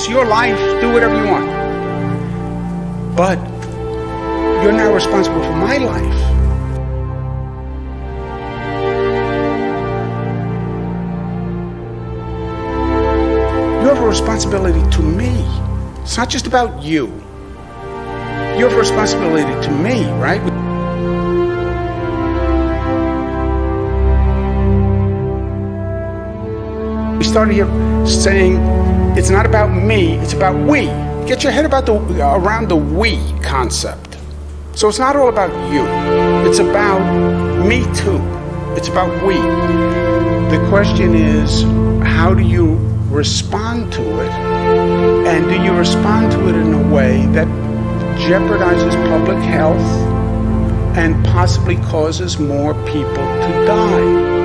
It's your life. Do whatever you want. But you're now responsible for my life. You have a responsibility to me. It's not just about you. You have a responsibility to me, right? We started here saying it's not about me, it's about we. Get your head around the we concept. So it's not all about you. It's about me too. It's about we. The question is, how do you respond to it? And do you respond to it in a way that jeopardizes public health and possibly causes more people to die?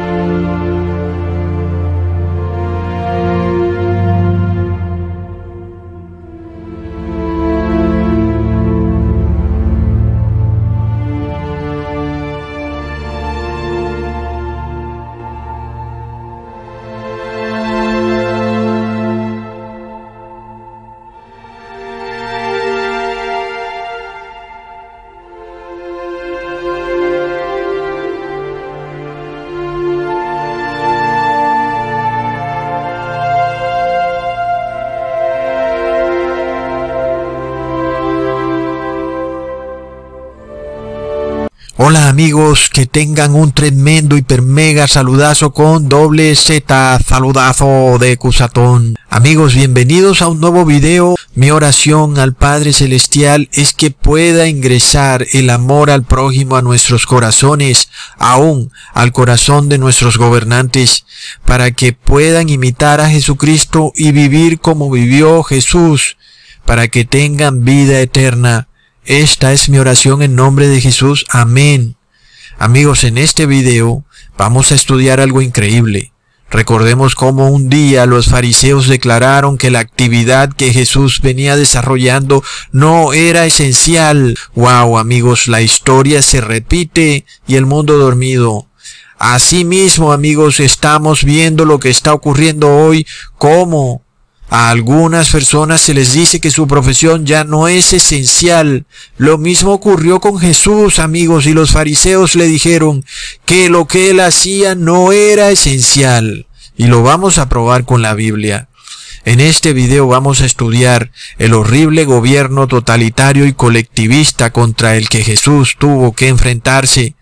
Hola amigos, que tengan un tremendo hiper mega saludazo con doble Z, saludazo de Cusatón. Amigos, bienvenidos a un nuevo video. Mi oración al Padre Celestial es que pueda ingresar el amor al prójimo a nuestros corazones, aún al corazón de nuestros gobernantes, para que puedan imitar a Jesucristo y vivir como vivió Jesús, para que tengan vida eterna. Esta es mi oración en nombre de Jesús. Amén. Amigos, en este video vamos a estudiar algo increíble. Recordemos cómo un día los fariseos declararon que la actividad que Jesús venía desarrollando no era esencial. Wow, amigos, la historia se repite y el mundo dormido. Asimismo, amigos, estamos viendo lo que está ocurriendo hoy, cómo a algunas personas se les dice que su profesión ya no es esencial. Lo mismo ocurrió con Jesús, amigos, y los fariseos le dijeron que lo que él hacía no era esencial. Y lo vamos a probar con la Biblia. En este video vamos a estudiar el horrible gobierno totalitario y colectivista contra el que Jesús tuvo que enfrentarse.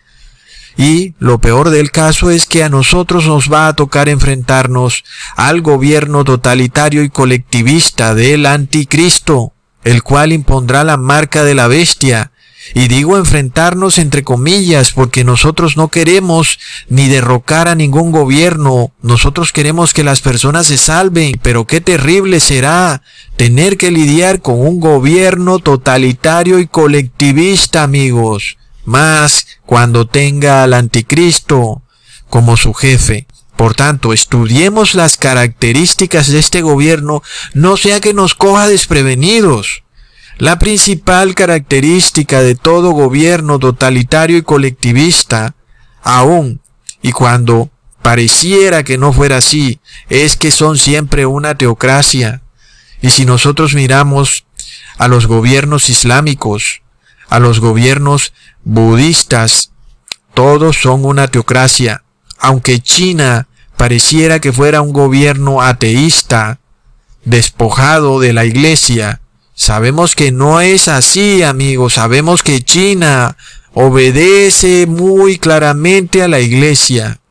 Y lo peor del caso es que a nosotros nos va a tocar enfrentarnos al gobierno totalitario y colectivista del anticristo, el cual impondrá la marca de la bestia. Y digo enfrentarnos entre comillas, porque nosotros no queremos ni derrocar a ningún gobierno. Nosotros queremos que las personas se salven, pero qué terrible será tener que lidiar con un gobierno totalitario y colectivista, amigos. Más cuando tenga al anticristo como su jefe. Por tanto, estudiemos las características de este gobierno, no sea que nos coja desprevenidos. La principal característica de todo gobierno totalitario y colectivista, aún y cuando pareciera que no fuera así, es que son siempre una teocracia. Y si nosotros miramos a los gobiernos islámicos, a los gobiernos budistas, todos son una teocracia. Aunque China pareciera que fuera un gobierno ateísta, despojado de la iglesia, sabemos que no es así, amigos. Sabemos que China obedece muy claramente a la iglesia.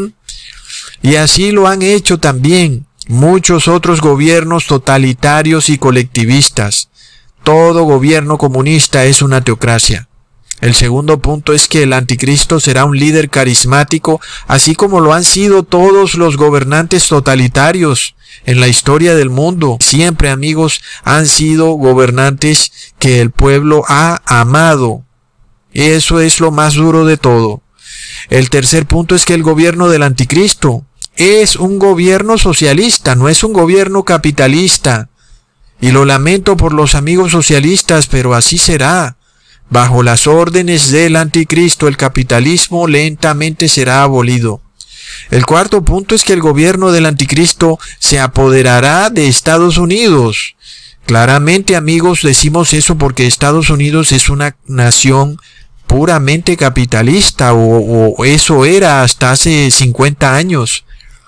Y así lo han hecho también muchos otros gobiernos totalitarios y colectivistas. Todo gobierno comunista es una teocracia. El segundo punto es que el anticristo será un líder carismático, así como lo han sido todos los gobernantes totalitarios en la historia del mundo. Siempre, amigos, han sido gobernantes que el pueblo ha amado. Eso es lo más duro de todo. El tercer punto es que el gobierno del anticristo es un gobierno socialista, no es un gobierno capitalista. Y lo lamento por los amigos socialistas, pero así será. Bajo las órdenes del anticristo, el capitalismo lentamente será abolido. El cuarto punto es que el gobierno del anticristo se apoderará de Estados Unidos. Claramente, amigos, decimos eso porque Estados Unidos es una nación puramente capitalista, o eso era hasta hace 50 años.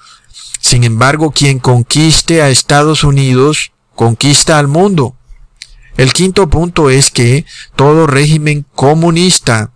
Sin embargo, quien conquiste a Estados Unidos, conquista al mundo. El quinto punto es que todo régimen comunista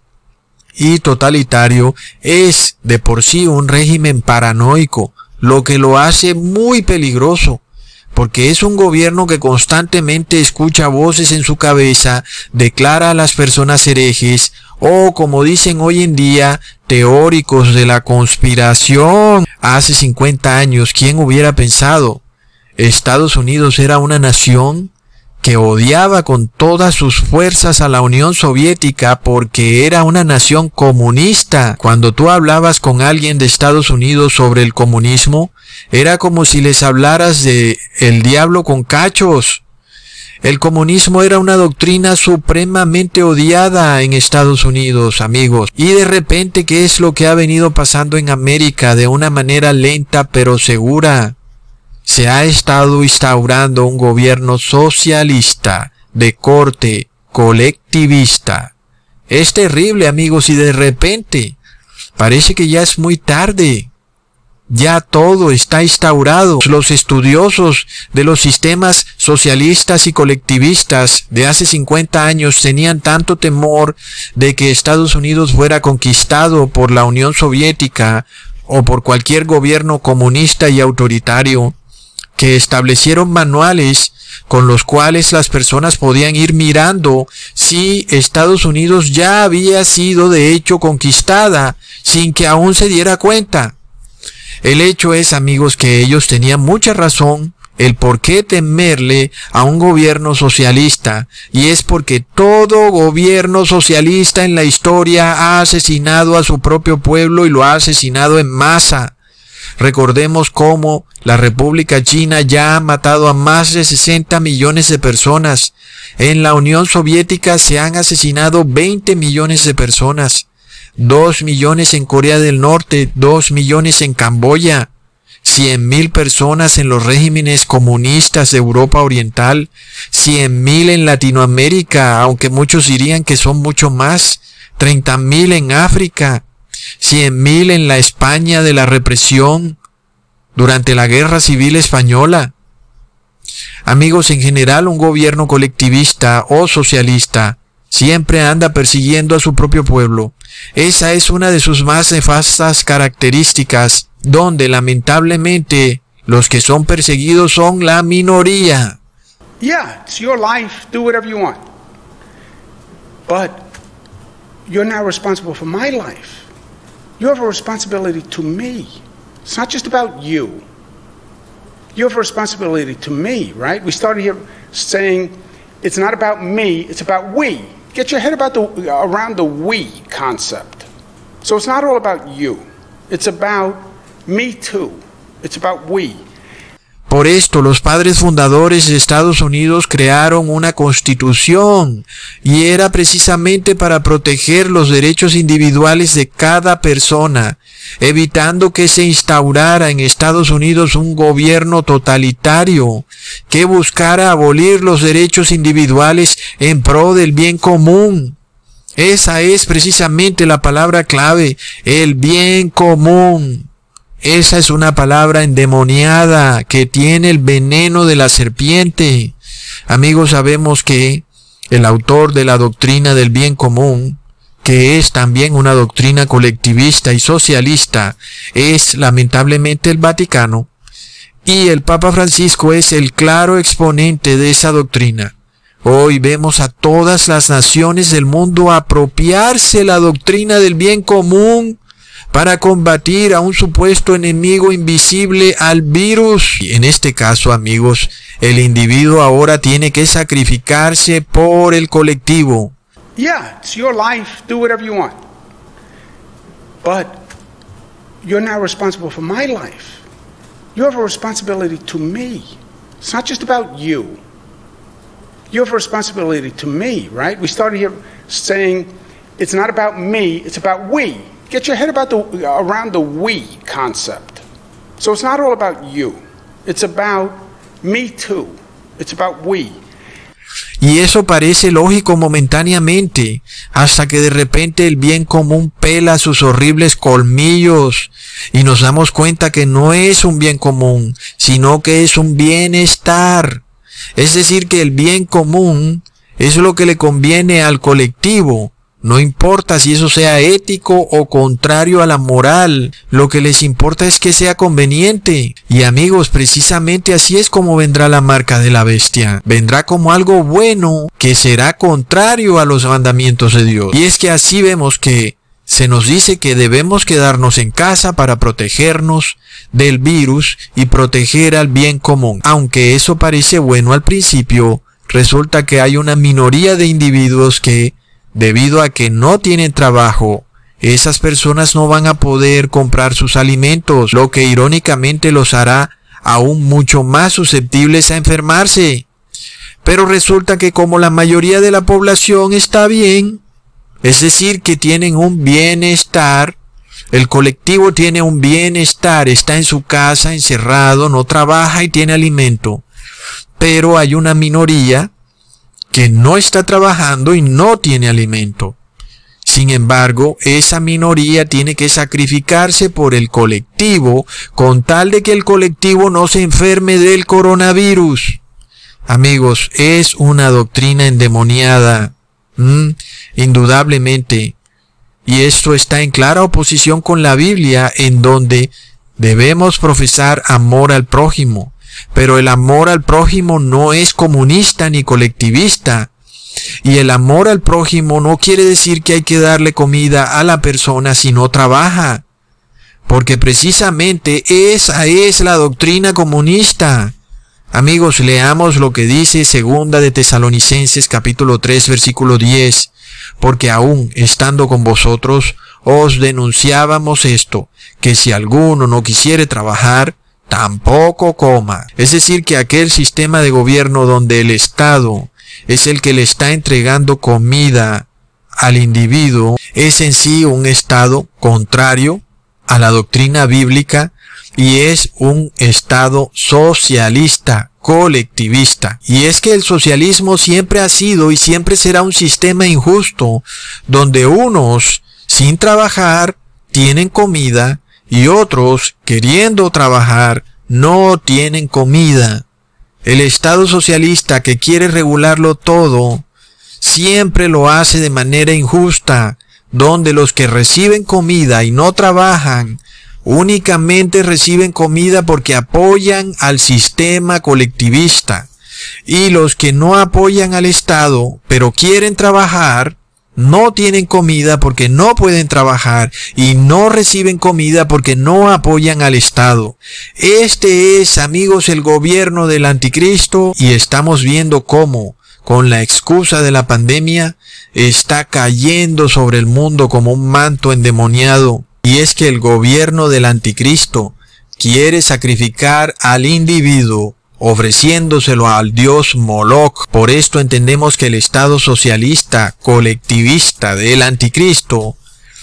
y totalitario es de por sí un régimen paranoico, lo que lo hace muy peligroso, porque es un gobierno que constantemente escucha voces en su cabeza, declara a las personas herejes, o como dicen hoy en día, teóricos de la conspiración. Hace 50 años, ¿quién hubiera pensado? Estados Unidos era una nación que odiaba con todas sus fuerzas a la Unión Soviética porque era una nación comunista. Cuando tú hablabas con alguien de Estados Unidos sobre el comunismo, era como si les hablaras de el diablo con cachos. El comunismo era una doctrina supremamente odiada en Estados Unidos, amigos. Y de repente, ¿qué es lo que ha venido pasando en América de una manera lenta pero segura? Se ha estado instaurando un gobierno socialista de corte colectivista. Es terrible, amigos, y de repente parece que ya es muy tarde. Ya todo está instaurado. Los estudiosos de los sistemas socialistas y colectivistas de hace 50 años tenían tanto temor de que Estados Unidos fuera conquistado por la Unión Soviética o por cualquier gobierno comunista y autoritario, que establecieron manuales con los cuales las personas podían ir mirando si Estados Unidos ya había sido de hecho conquistada sin que aún se diera cuenta. El hecho es, amigos, que ellos tenían mucha razón el por qué temerle a un gobierno socialista, y es porque todo gobierno socialista en la historia ha asesinado a su propio pueblo y lo ha asesinado en masa. Recordemos cómo la República China ya ha matado a más de 60 millones de personas. En la Unión Soviética se han asesinado 20 millones de personas. 2 millones en Corea del Norte, 2 millones en Camboya, 100,000 personas en los regímenes comunistas de Europa Oriental, 100,000 en Latinoamérica, aunque muchos dirían que son mucho más, 30,000 en África, 100,000 en la España de la represión durante la Guerra Civil Española. Amigos, en general un gobierno colectivista o socialista siempre anda persiguiendo a su propio pueblo. Esa es una de sus más nefastas características, donde lamentablemente los que son perseguidos son la minoría. Yeah, it's your life, do whatever you want. But you're now responsible for my life. You have a responsibility to me. It's not just about you. You have a responsibility to me, right? We started here saying it's not about me, it's about we. Get your head around the we concept. So it's not all about you. It's about me too. It's about we. Por esto, los padres fundadores de Estados Unidos crearon una constitución, y era precisamente para proteger los derechos individuales de cada persona, evitando que se instaurara en Estados Unidos un gobierno totalitario que buscara abolir los derechos individuales en pro del bien común. Esa es precisamente la palabra clave, el bien común. Esa es una palabra endemoniada que tiene el veneno de la serpiente. Amigos, sabemos que el autor de la doctrina del bien común, que es también una doctrina colectivista y socialista, es lamentablemente el Vaticano, y el Papa Francisco es el claro exponente de esa doctrina. Hoy vemos a todas las naciones del mundo apropiarse la doctrina del bien común para combatir a un supuesto enemigo invisible, al virus. Y en este caso, amigos, el individuo ahora tiene que sacrificarse por el colectivo. Yeah, it's your life, do whatever you want. But you're now responsible for my life. You have a responsibility to me. It's not just about you. You have a responsibility to me, right? We started here saying it's not about me, it's about we. Get your head around the we concept. So it's not all about you. It's about me too. It's about we. Y eso parece lógico momentáneamente, hasta que de repente el bien común pela sus horribles colmillos y nos damos cuenta que no es un bien común, sino que es un bienestar. Es decir, que el bien común es lo que le conviene al colectivo. No importa si eso sea ético o contrario a la moral, lo que les importa es que sea conveniente. Y amigos, precisamente así es como vendrá la marca de la bestia. Vendrá como algo bueno que será contrario a los mandamientos de Dios. Y es que así vemos que se nos dice que debemos quedarnos en casa para protegernos del virus y proteger al bien común. Aunque eso parece bueno al principio, resulta que hay una minoría de individuos que, debido a que no tienen trabajo, esas personas no van a poder comprar sus alimentos, lo que irónicamente los hará aún mucho más susceptibles a enfermarse. Pero resulta que como la mayoría de la población está bien, es decir, que tienen un bienestar, el colectivo tiene un bienestar, está en su casa encerrado, no trabaja y tiene alimento. Pero hay una minoría que no está trabajando y no tiene alimento. Sin embargo, esa minoría tiene que sacrificarse por el colectivo con tal de que el colectivo no se enferme del coronavirus. Amigos, es una doctrina endemoniada, indudablemente. Y esto está en clara oposición con la Biblia, en donde debemos profesar amor al prójimo. Pero el amor al prójimo no es comunista ni colectivista. Y el amor al prójimo no quiere decir que hay que darle comida a la persona si no trabaja. Porque precisamente esa es la doctrina comunista. Amigos, leamos lo que dice 2 de Tesalonicenses capítulo 3 versículo 10. Porque aún estando con vosotros os denunciábamos esto, que si alguno no quisiere trabajar, tampoco coma. Es decir, que aquel sistema de gobierno donde el Estado es el que le está entregando comida al individuo es en sí un Estado contrario a la doctrina bíblica y es un Estado socialista, colectivista. Y es que el socialismo siempre ha sido y siempre será un sistema injusto donde unos, sin trabajar, tienen comida y otros, queriendo trabajar, no tienen comida. El Estado socialista que quiere regularlo todo, siempre lo hace de manera injusta, donde los que reciben comida y no trabajan, únicamente reciben comida porque apoyan al sistema colectivista. Y los que no apoyan al Estado, pero quieren trabajar, no tienen comida porque no pueden trabajar y no reciben comida porque no apoyan al Estado. Este es, amigos, el gobierno del anticristo y estamos viendo cómo, con la excusa de la pandemia, está cayendo sobre el mundo como un manto endemoniado. Y es que el gobierno del anticristo quiere sacrificar al individuo ofreciéndoselo al dios Moloch. Por esto entendemos que el Estado socialista colectivista del anticristo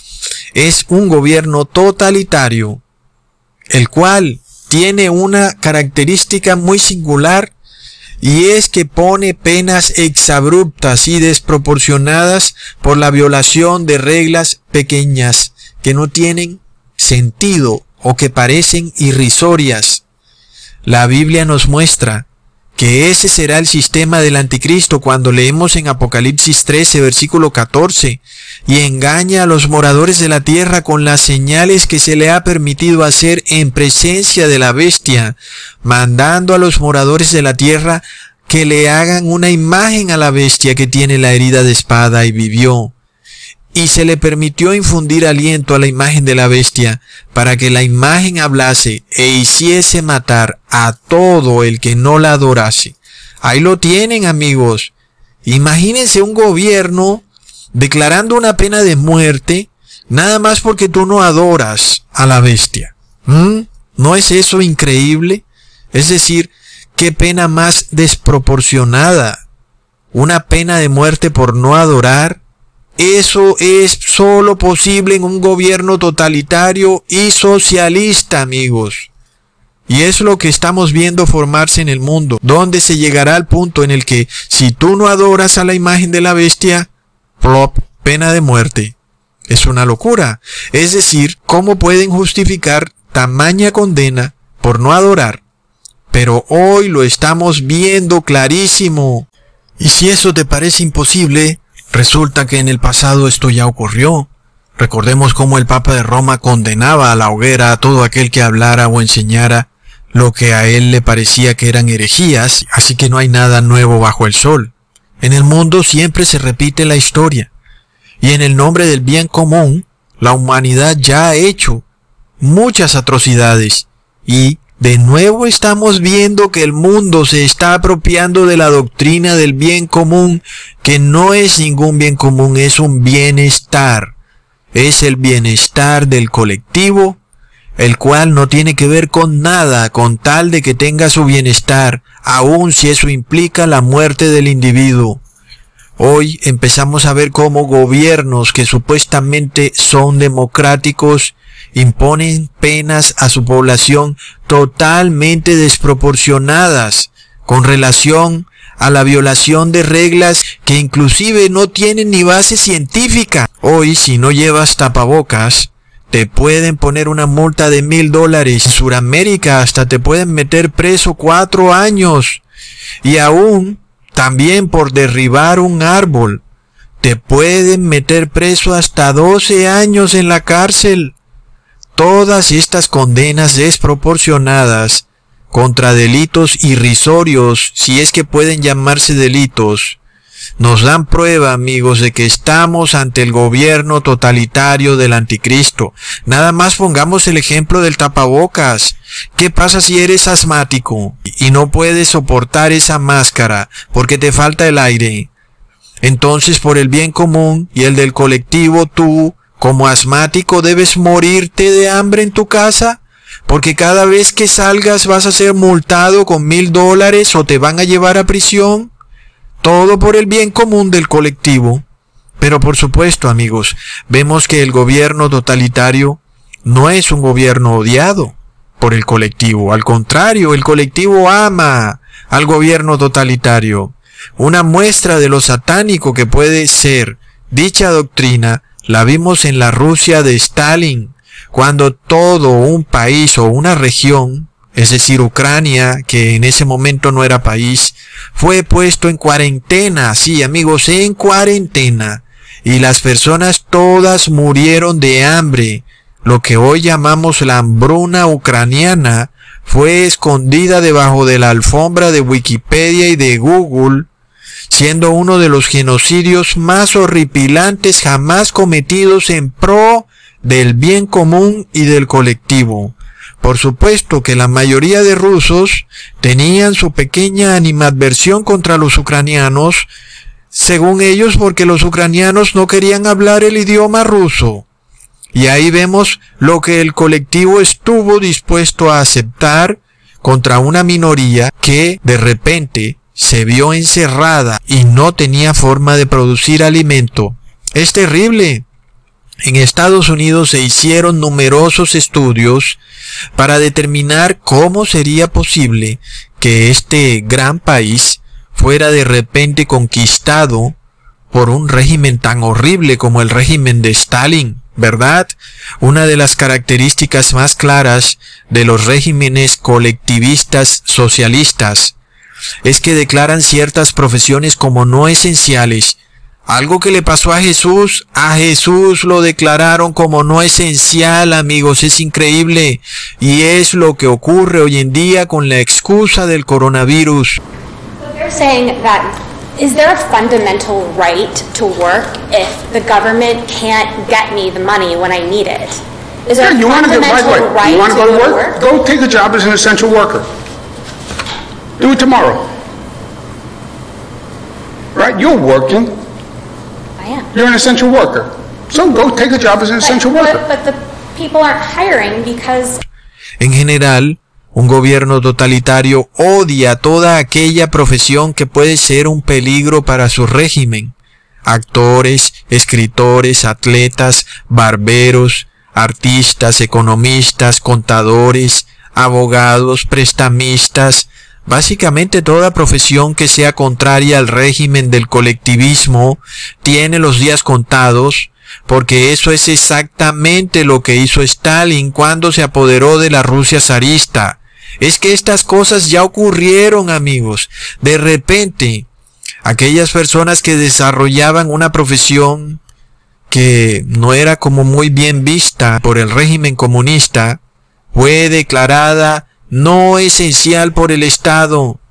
es un gobierno totalitario, el cual tiene una característica muy singular y es que pone penas exabruptas y desproporcionadas por la violación de reglas pequeñas que no tienen sentido o que parecen irrisorias. La Biblia nos muestra que ese será el sistema del anticristo cuando leemos en Apocalipsis 13, versículo 14, y engaña a los moradores de la tierra con las señales que se le ha permitido hacer en presencia de la bestia, mandando a los moradores de la tierra que le hagan una imagen a la bestia que tiene la herida de espada y vivió. Y se le permitió infundir aliento a la imagen de la bestia, para que la imagen hablase e hiciese matar a todo el que no la adorase. Ahí lo tienen, amigos. Imagínense un gobierno declarando una pena de muerte, nada más porque tú no adoras a la bestia. ¿No es eso increíble? Es decir, qué pena más desproporcionada. Una pena de muerte por no adorar eso es solo posible en un gobierno totalitario y socialista, amigos. Y es lo que estamos viendo formarse en el mundo, donde se llegará al punto en el que si tú no adoras a la imagen de la bestia, plop, pena de muerte. Es una locura. Es decir, ¿cómo pueden justificar tamaña condena por no adorar? Pero hoy lo estamos viendo clarísimo. Y si eso te parece imposible, resulta que en el pasado esto ya ocurrió. Recordemos cómo el Papa de Roma condenaba a la hoguera a todo aquel que hablara o enseñara lo que a él le parecía que eran herejías, así que no hay nada nuevo bajo el sol. En el mundo siempre se repite la historia. Y en el nombre del bien común, la humanidad ya ha hecho muchas atrocidades. Y de nuevo estamos viendo que el mundo se está apropiando de la doctrina del bien común, que no es ningún bien común, es un bienestar. Es el bienestar del colectivo, el cual no tiene que ver con nada, con tal de que tenga su bienestar, aun si eso implica la muerte del individuo. Hoy empezamos a ver cómo gobiernos que supuestamente son democráticos imponen penas a su población totalmente desproporcionadas con relación a la violación de reglas que inclusive no tienen ni base científica. Hoy, si no llevas tapabocas, te pueden poner una multa de $1,000. En Sudamérica hasta te pueden meter preso 4 años. Y aún, también por derribar un árbol, te pueden meter preso hasta 12 años en la cárcel. Todas estas condenas desproporcionadas contra delitos irrisorios, si es que pueden llamarse delitos, nos dan prueba, amigos, de que estamos ante el gobierno totalitario del anticristo. Nada más pongamos el ejemplo del tapabocas. ¿Qué pasa si eres asmático y no puedes soportar esa máscara porque te falta el aire? Entonces, por el bien común y el del colectivo, tú, como asmático, debes morirte de hambre en tu casa, porque cada vez que salgas vas a ser multado con $1,000 o te van a llevar a prisión. Todo por el bien común del colectivo. Pero por supuesto, amigos, vemos que el gobierno totalitario no es un gobierno odiado por el colectivo. Al contrario, el colectivo ama al gobierno totalitario. Una muestra de lo satánico que puede ser dicha doctrina la vimos en la Rusia de Stalin, cuando todo un país o una región, es decir, Ucrania, que en ese momento no era país, fue puesto en cuarentena, sí, amigos, en cuarentena, y las personas todas murieron de hambre. Lo que hoy llamamos la hambruna ucraniana fue escondida debajo de la alfombra de Wikipedia y de Google, siendo uno de los genocidios más horripilantes jamás cometidos en pro del bien común y del colectivo. Por supuesto que la mayoría de rusos tenían su pequeña animadversión contra los ucranianos, según ellos porque los ucranianos no querían hablar el idioma ruso. Y ahí vemos lo que el colectivo estuvo dispuesto a aceptar contra una minoría que de repente se vio encerrada y no tenía forma de producir alimento. Es terrible. En Estados Unidos se hicieron numerosos estudios para determinar cómo sería posible que este gran país fuera de repente conquistado por un régimen tan horrible como el régimen de Stalin, ¿verdad? Una de las características más claras de los regímenes colectivistas socialistas es que declaran ciertas profesiones como no esenciales. Algo que le pasó a Jesús lo declararon como no esencial, amigos, es increíble. Y es lo que ocurre hoy en día con la excusa del coronavirus. They're saying that, is there a fundamental right to work if the government can't get me the money when I need it? Is there a fundamental right to go to work? Go take a job as an essential worker. Do it tomorrow. Right? You're working. You're an essential worker. So go take a job as an essential worker. But the people aren't hiring because... En general, un gobierno totalitario odia toda aquella profesión que puede ser un peligro para su régimen. actores, escritores, atletas, barberos, artistas, economistas, contadores, abogados, prestamistas, básicamente toda profesión que sea contraria al régimen del colectivismo tiene los días contados, porque eso es exactamente lo que hizo Stalin cuando se apoderó de la Rusia zarista. Es que estas cosas ya ocurrieron, amigos. De repente, aquellas personas que desarrollaban una profesión que no era como muy bien vista por el régimen comunista, fue declarada no esencial por el Estado.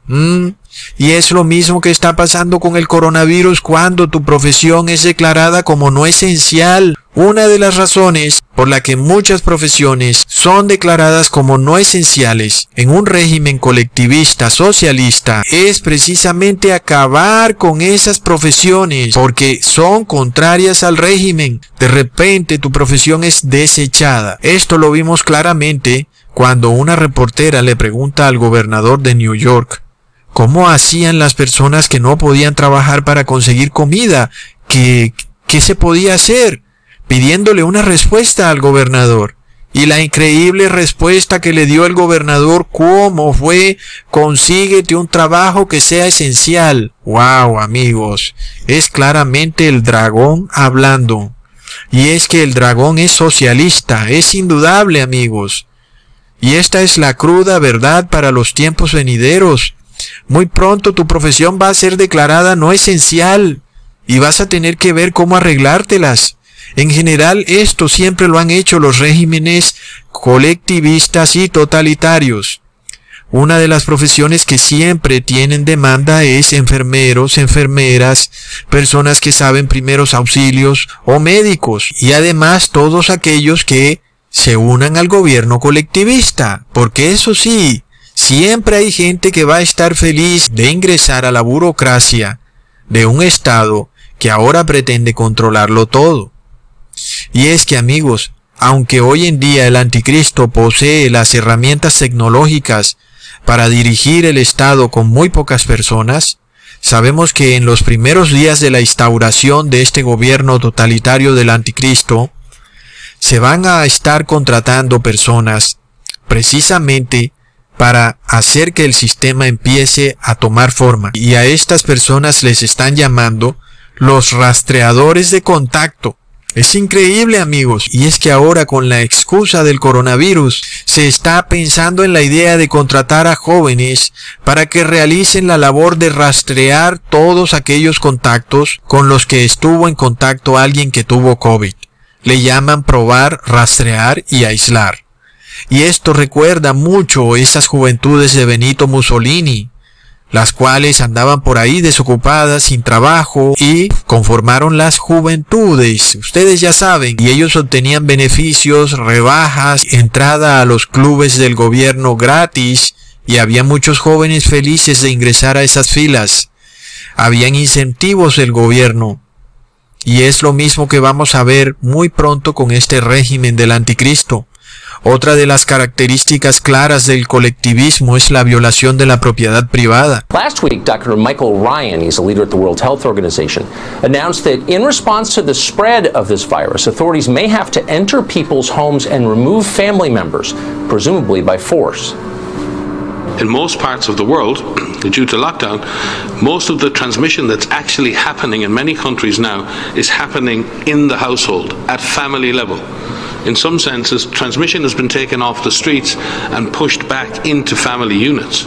Y es lo mismo que está pasando con el coronavirus cuando tu profesión es declarada como no esencial. Una de las razones por la que muchas profesiones son declaradas como no esenciales en un régimen colectivista socialista es precisamente acabar con esas profesiones porque son contrarias al régimen. De repente tu profesión es desechada. Esto lo vimos claramente cuando una reportera le pregunta al gobernador de New York ¿cómo hacían las personas que no podían trabajar para conseguir comida? ¿Qué se podía hacer? Pidiéndole una respuesta al gobernador. Y la increíble respuesta que le dio el gobernador, ¿cómo fue? Consíguete un trabajo que sea esencial. ¡Wow, amigos! Es claramente el dragón hablando. Y es que el dragón es socialista, es indudable, amigos. Y esta es la cruda verdad para los tiempos venideros. Muy pronto tu profesión va a ser declarada no esencial y vas a tener que ver cómo arreglártelas. En general, esto siempre lo han hecho los regímenes colectivistas y totalitarios. Una de las profesiones que siempre tienen demanda es enfermeros, enfermeras, personas que saben primeros auxilios o médicos, y además todos aquellos que se unan al gobierno colectivista, porque eso sí, siempre hay gente que va a estar feliz de ingresar a la burocracia de un Estado que ahora pretende controlarlo todo. Y es que, amigos, aunque hoy en día el anticristo posee las herramientas tecnológicas para dirigir el Estado con muy pocas personas, sabemos que en los primeros días de la instauración de este gobierno totalitario del anticristo, se van a estar contratando personas precisamente para hacer que el sistema empiece a tomar forma. Y a estas personas les están llamando los rastreadores de contacto. Es increíble, amigos. Y es que ahora, con la excusa del coronavirus, se está pensando en la idea de contratar a jóvenes para que realicen la labor de rastrear todos aquellos contactos con los que estuvo en contacto alguien que tuvo COVID. Le llaman probar, rastrear y aislar. Y esto recuerda mucho esas juventudes de Benito Mussolini, las cuales andaban por ahí desocupadas, sin trabajo, y conformaron las juventudes. Ustedes ya saben, y ellos obtenían beneficios, rebajas, entrada a los clubes del gobierno gratis, y había muchos jóvenes felices de ingresar a esas filas. Habían incentivos del gobierno. Y es lo mismo que vamos a ver muy pronto con este régimen del anticristo. Otra de las características claras del colectivismo es la violación de la propiedad privada. Last week, Dr. Michael Ryan, he's a leader at the World Health Organization, announced that in response to the spread of this virus, authorities may have to enter people's homes and remove family members, presumably by force. In most parts of the world, due to lockdown, most of the transmission that's actually happening in many countries now is happening in the household, at family level. In some senses, transmission has been taken off the streets and pushed back into family units.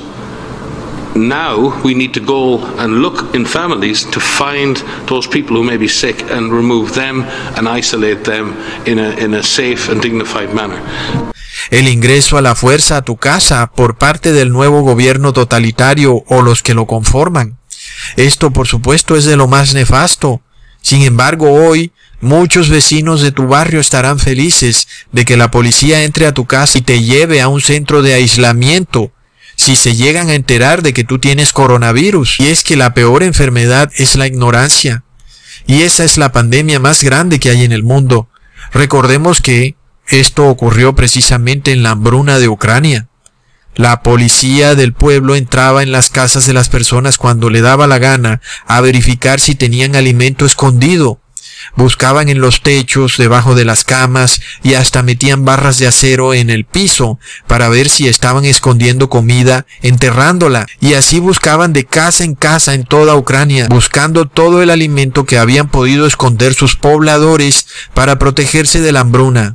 Now we need to go and look in families to find those people who may be sick and remove them and isolate them in a safe and dignified manner. El ingreso a la fuerza a tu casa por parte del nuevo gobierno totalitario o los que lo conforman. Esto, por supuesto, es de lo más nefasto. Sin embargo, hoy muchos vecinos de tu barrio estarán felices de que la policía entre a tu casa y te lleve a un centro de aislamiento si se llegan a enterar de que tú tienes coronavirus. Y es que la peor enfermedad es la ignorancia. Y esa es la pandemia más grande que hay en el mundo. Recordemos que esto ocurrió precisamente en la hambruna de Ucrania. La policía del pueblo entraba en las casas de las personas cuando le daba la gana a verificar si tenían alimento escondido. Buscaban en los techos, debajo de las camas y hasta metían barras de acero en el piso para ver si estaban escondiendo comida, enterrándola. Y así buscaban de casa en casa en toda Ucrania, buscando todo el alimento que habían podido esconder sus pobladores para protegerse de la hambruna.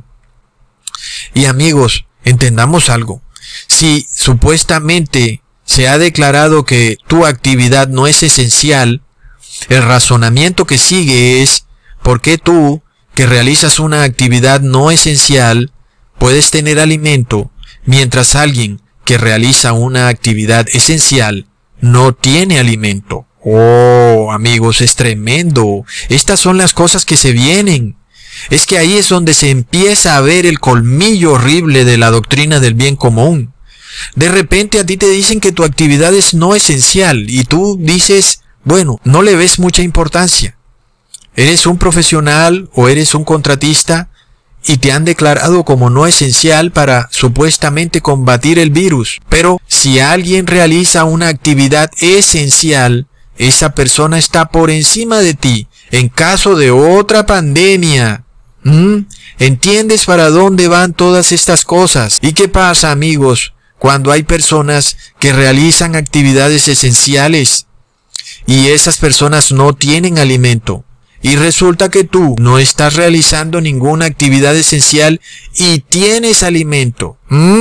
Y amigos, entendamos algo. Si supuestamente se ha declarado que tu actividad no es esencial, el razonamiento que sigue es: ¿por qué tú, que realizas una actividad no esencial, puedes tener alimento, mientras alguien que realiza una actividad esencial no tiene alimento? Oh, amigos, es tremendo. Estas son las cosas que se vienen. Es que ahí es donde se empieza a ver el colmillo horrible de la doctrina del bien común. De repente a ti te dicen que tu actividad es no esencial y tú dices, bueno, no le ves mucha importancia. Eres un profesional o eres un contratista y te han declarado como no esencial para supuestamente combatir el virus. Pero si alguien realiza una actividad esencial, esa persona está por encima de ti en caso de otra pandemia. ¿Entiendes para dónde van todas estas cosas? ¿Y qué pasa, amigos, cuando hay personas que realizan actividades esenciales y esas personas no tienen alimento? Y resulta que tú no estás realizando ninguna actividad esencial y tienes alimento.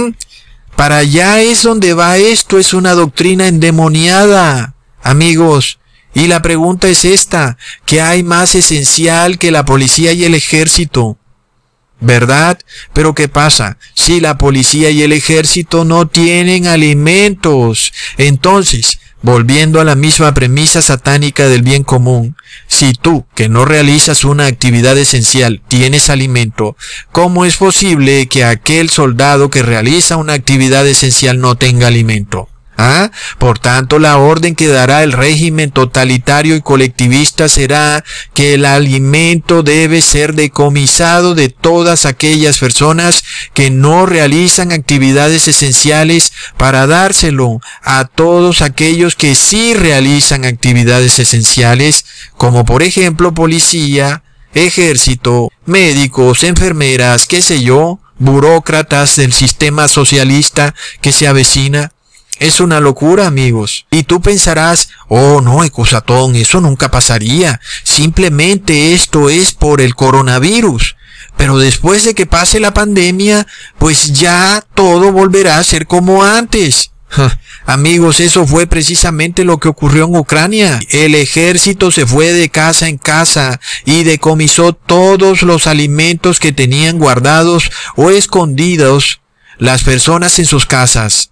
Para allá es donde va esto, es una doctrina endemoniada, amigos. Y la pregunta es esta: ¿qué hay más esencial que la policía y el ejército? ¿Verdad? Pero ¿qué pasa? Si la policía y el ejército no tienen alimentos, entonces, volviendo a la misma premisa satánica del bien común, si tú, que no realizas una actividad esencial, tienes alimento, ¿cómo es posible que aquel soldado que realiza una actividad esencial no tenga alimento? Por tanto, la orden que dará el régimen totalitario y colectivista será que el alimento debe ser decomisado de todas aquellas personas que no realizan actividades esenciales para dárselo a todos aquellos que sí realizan actividades esenciales, como por ejemplo policía, ejército, médicos, enfermeras, qué sé yo, burócratas del sistema socialista que se avecina. Es una locura, amigos. Y tú pensarás, oh no, Ecusatón, eso nunca pasaría. Simplemente esto es por el coronavirus. Pero después de que pase la pandemia, pues ya todo volverá a ser como antes. Amigos, eso fue precisamente lo que ocurrió en Ucrania. El ejército se fue de casa en casa y decomisó todos los alimentos que tenían guardados o escondidos las personas en sus casas.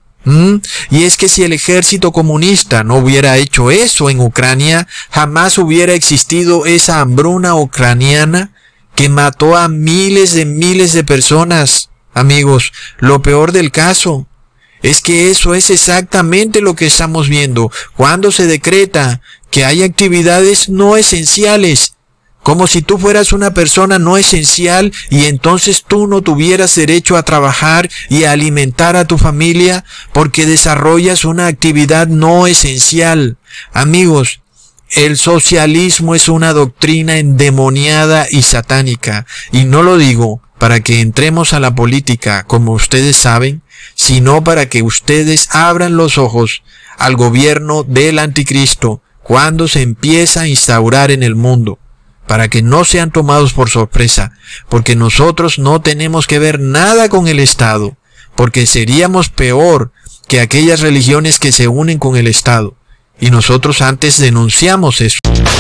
Y es que si el ejército comunista no hubiera hecho eso en Ucrania, jamás hubiera existido esa hambruna ucraniana que mató a miles de personas. Amigos, lo peor del caso es que eso es exactamente lo que estamos viendo cuando se decreta que hay actividades no esenciales. Como si tú fueras una persona no esencial y entonces tú no tuvieras derecho a trabajar y a alimentar a tu familia porque desarrollas una actividad no esencial. Amigos, el socialismo es una doctrina endemoniada y satánica. Y no lo digo para que entremos a la política, como ustedes saben, sino para que ustedes abran los ojos al gobierno del anticristo cuando se empieza a instaurar en el mundo. Para que no sean tomados por sorpresa, porque nosotros no tenemos que ver nada con el Estado, porque seríamos peor que aquellas religiones que se unen con el Estado. Y nosotros antes denunciamos eso.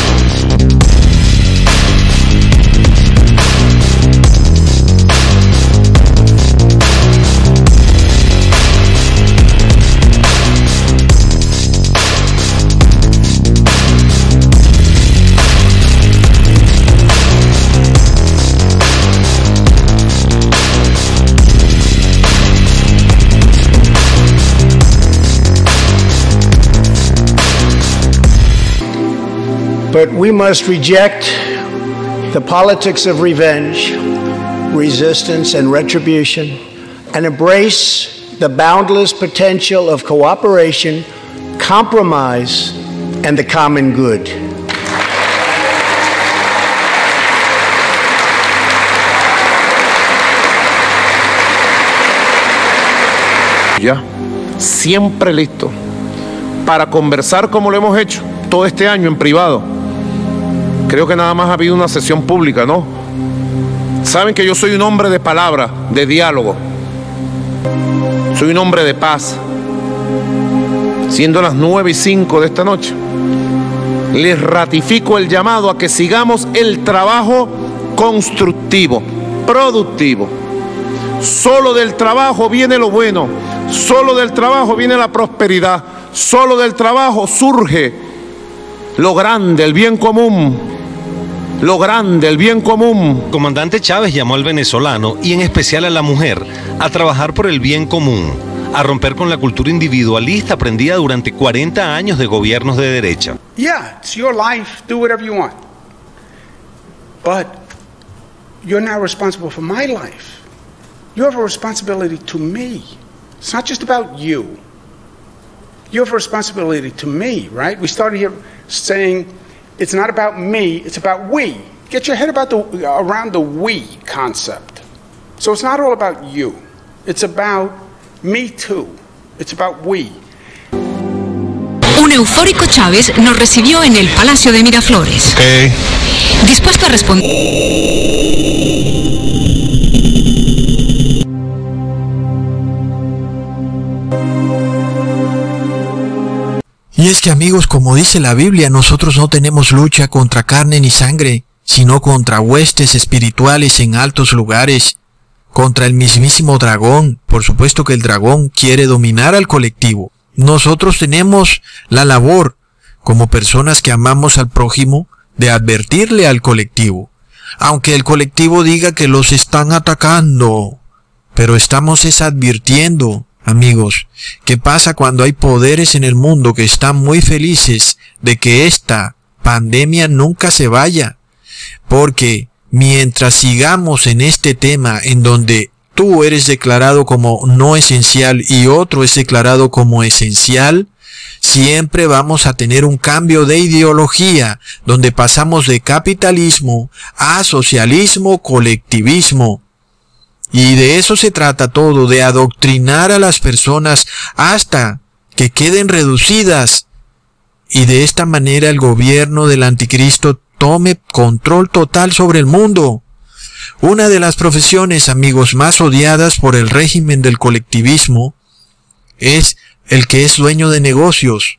But we must reject the politics of revenge, resistance, and retribution, and embrace the boundless potential of cooperation, compromise, and the common good. Ya, siempre listo para conversar como lo hemos hecho todo este año en privado. Creo que nada más ha habido una sesión pública, ¿no? Saben que yo soy un hombre de palabra, de diálogo. Soy un hombre de paz. Siendo las 9:05 de esta noche, les ratifico el llamado a que sigamos el trabajo constructivo, productivo. Solo del trabajo viene lo bueno, solo del trabajo viene la prosperidad, solo del trabajo surge lo grande, el bien común. Lo grande, el bien común. Comandante Chávez llamó al venezolano, y en especial a la mujer, a trabajar por el bien común, a romper con la cultura individualista aprendida durante 40 años de gobiernos de derecha. Yeah, it's your life, do whatever you want. But you're now responsible for my life. You have a responsibility to me. It's not just about you. You have a responsibility to me, right? We started here saying it's not about me, it's about we. Get your head around the we concept. So it's not all about you. It's about me too. It's about we. Un eufórico Chávez nos recibió en el Palacio de Miraflores. Okay. Dispuesto a responder. Y es que, amigos, como dice la Biblia, nosotros no tenemos lucha contra carne ni sangre, sino contra huestes espirituales en altos lugares, contra el mismísimo dragón. Por supuesto que el dragón quiere dominar al colectivo. Nosotros tenemos la labor, como personas que amamos al prójimo, de advertirle al colectivo. Aunque el colectivo diga que los están atacando, pero estamos advirtiendo. Amigos, ¿qué pasa cuando hay poderes en el mundo que están muy felices de que esta pandemia nunca se vaya? Porque mientras sigamos en este tema en donde tú eres declarado como no esencial y otro es declarado como esencial, siempre vamos a tener un cambio de ideología donde pasamos de capitalismo a socialismo, colectivismo. Y de eso se trata todo, de adoctrinar a las personas hasta que queden reducidas. Y de esta manera el gobierno del anticristo tome control total sobre el mundo. Una de las profesiones, amigos, más odiadas por el régimen del colectivismo es el que es dueño de negocios.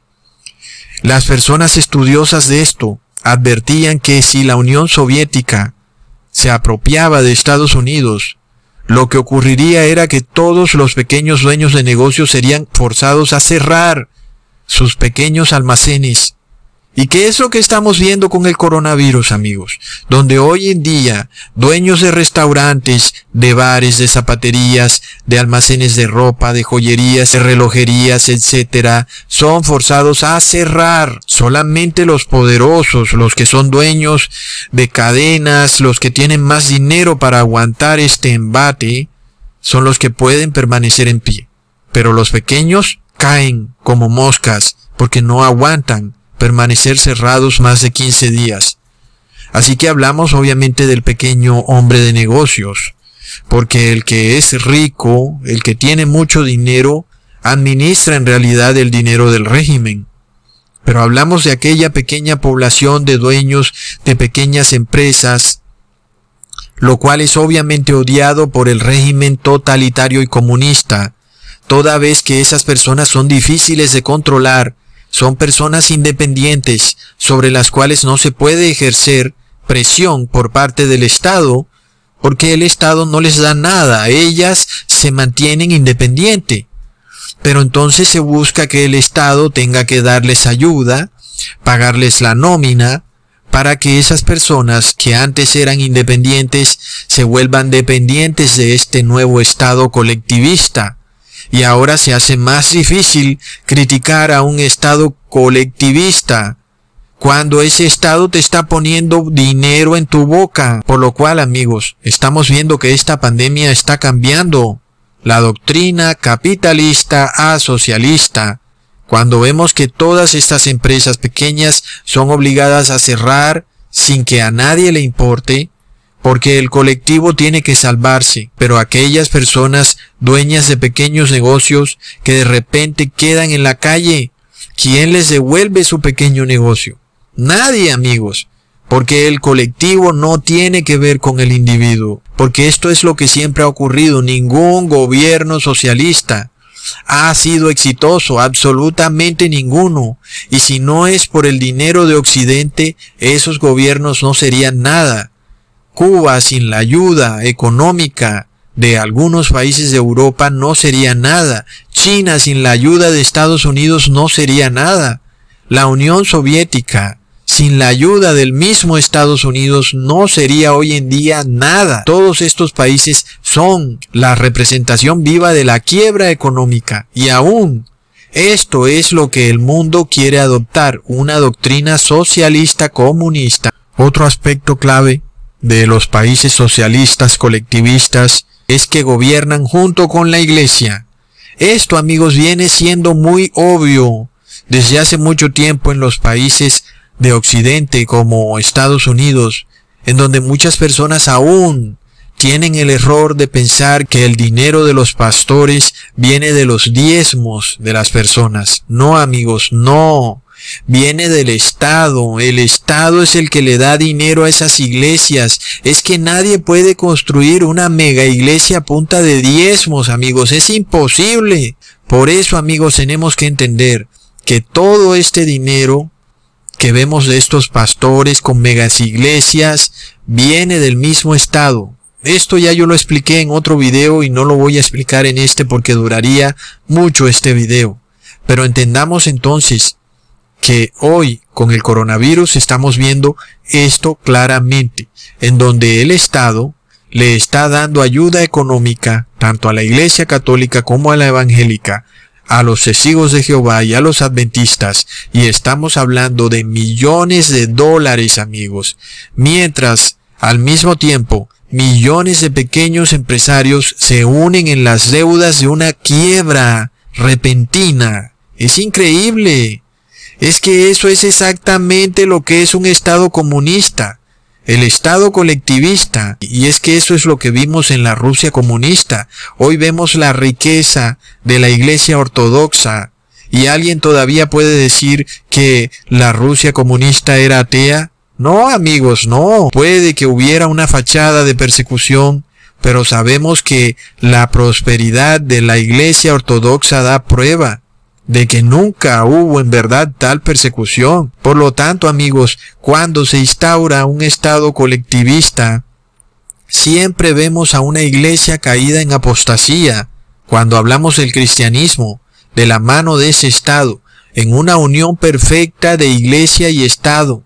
Las personas estudiosas de esto advertían que si la Unión Soviética se apropiaba de Estados Unidos, lo que ocurriría era que todos los pequeños dueños de negocios serían forzados a cerrar sus pequeños almacenes. ¿Y qué es lo que estamos viendo con el coronavirus, amigos? Donde hoy en día dueños de restaurantes, de bares, de zapaterías, de almacenes de ropa, de joyerías, de relojerías, etcétera, son forzados a cerrar. Solamente los poderosos, los que son dueños de cadenas, los que tienen más dinero para aguantar este embate, son los que pueden permanecer en pie. Pero los pequeños caen como moscas porque no aguantan permanecer cerrados más de 15 días. Así que hablamos obviamente del pequeño hombre de negocios, porque el que es rico, el que tiene mucho dinero, administra en realidad el dinero del régimen. Pero hablamos de aquella pequeña población de dueños de pequeñas empresas, lo cual es obviamente odiado por el régimen totalitario y comunista, toda vez que esas personas son difíciles de controlar. Son personas independientes sobre las cuales no se puede ejercer presión por parte del Estado, porque el Estado no les da nada, ellas se mantienen independientes. Pero entonces se busca que el Estado tenga que darles ayuda, pagarles la nómina, para que esas personas que antes eran independientes se vuelvan dependientes de este nuevo Estado colectivista. Y ahora se hace más difícil criticar a un Estado colectivista cuando ese Estado te está poniendo dinero en tu boca. Por lo cual, amigos, estamos viendo que esta pandemia está cambiando la doctrina capitalista a socialista, cuando vemos que todas estas empresas pequeñas son obligadas a cerrar sin que a nadie le importe, porque el colectivo tiene que salvarse, pero aquellas personas dueñas de pequeños negocios que de repente quedan en la calle, ¿quién les devuelve su pequeño negocio? Nadie, amigos, porque el colectivo no tiene que ver con el individuo, porque esto es lo que siempre ha ocurrido. Ningún gobierno socialista ha sido exitoso, absolutamente ninguno, y si no es por el dinero de Occidente, esos gobiernos no serían nada. Cuba sin la ayuda económica de algunos países de Europa no sería nada. China sin la ayuda de Estados Unidos no sería nada. La Unión Soviética sin la ayuda del mismo Estados Unidos no sería hoy en día nada. Todos estos países son la representación viva de la quiebra económica, y aún esto es lo que el mundo quiere adoptar, una doctrina socialista comunista. Otro aspecto clave de los países socialistas colectivistas es que gobiernan junto con la iglesia. Esto, amigos, viene siendo muy obvio desde hace mucho tiempo en los países de Occidente como Estados Unidos, en donde muchas personas aún tienen el error de pensar que el dinero de los pastores viene de los diezmos de las personas. No, amigos, no. Viene del Estado. El Estado es el que le da dinero a esas iglesias. Es que nadie puede construir una mega iglesia a punta de diezmos, amigos. Es imposible. Por eso, amigos, tenemos que entender que todo este dinero que vemos de estos pastores con megas iglesias viene del mismo Estado. Esto ya yo lo expliqué en otro video y no lo voy a explicar en este porque duraría mucho este video. Pero entendamos entonces que hoy con el coronavirus estamos viendo esto claramente, en donde el Estado le está dando ayuda económica tanto a la Iglesia Católica como a la Evangélica, a los testigos de Jehová y a los adventistas, y estamos hablando de millones de dólares, amigos, mientras al mismo tiempo millones de pequeños empresarios se unen en las deudas de una quiebra repentina. Es increíble. Es que eso es exactamente lo que es un Estado comunista, el Estado colectivista, y es que eso es lo que vimos en la Rusia comunista. Hoy vemos la riqueza de la Iglesia Ortodoxa, y alguien todavía puede decir que la Rusia comunista era atea. No, amigos, no. Puede que hubiera una fachada de persecución, pero sabemos que la prosperidad de la Iglesia Ortodoxa da prueba de que nunca hubo en verdad tal persecución. Por lo tanto, amigos, cuando se instaura un Estado colectivista, siempre vemos a una iglesia caída en apostasía. Cuando hablamos del cristianismo, de la mano de ese Estado, en una unión perfecta de iglesia y Estado.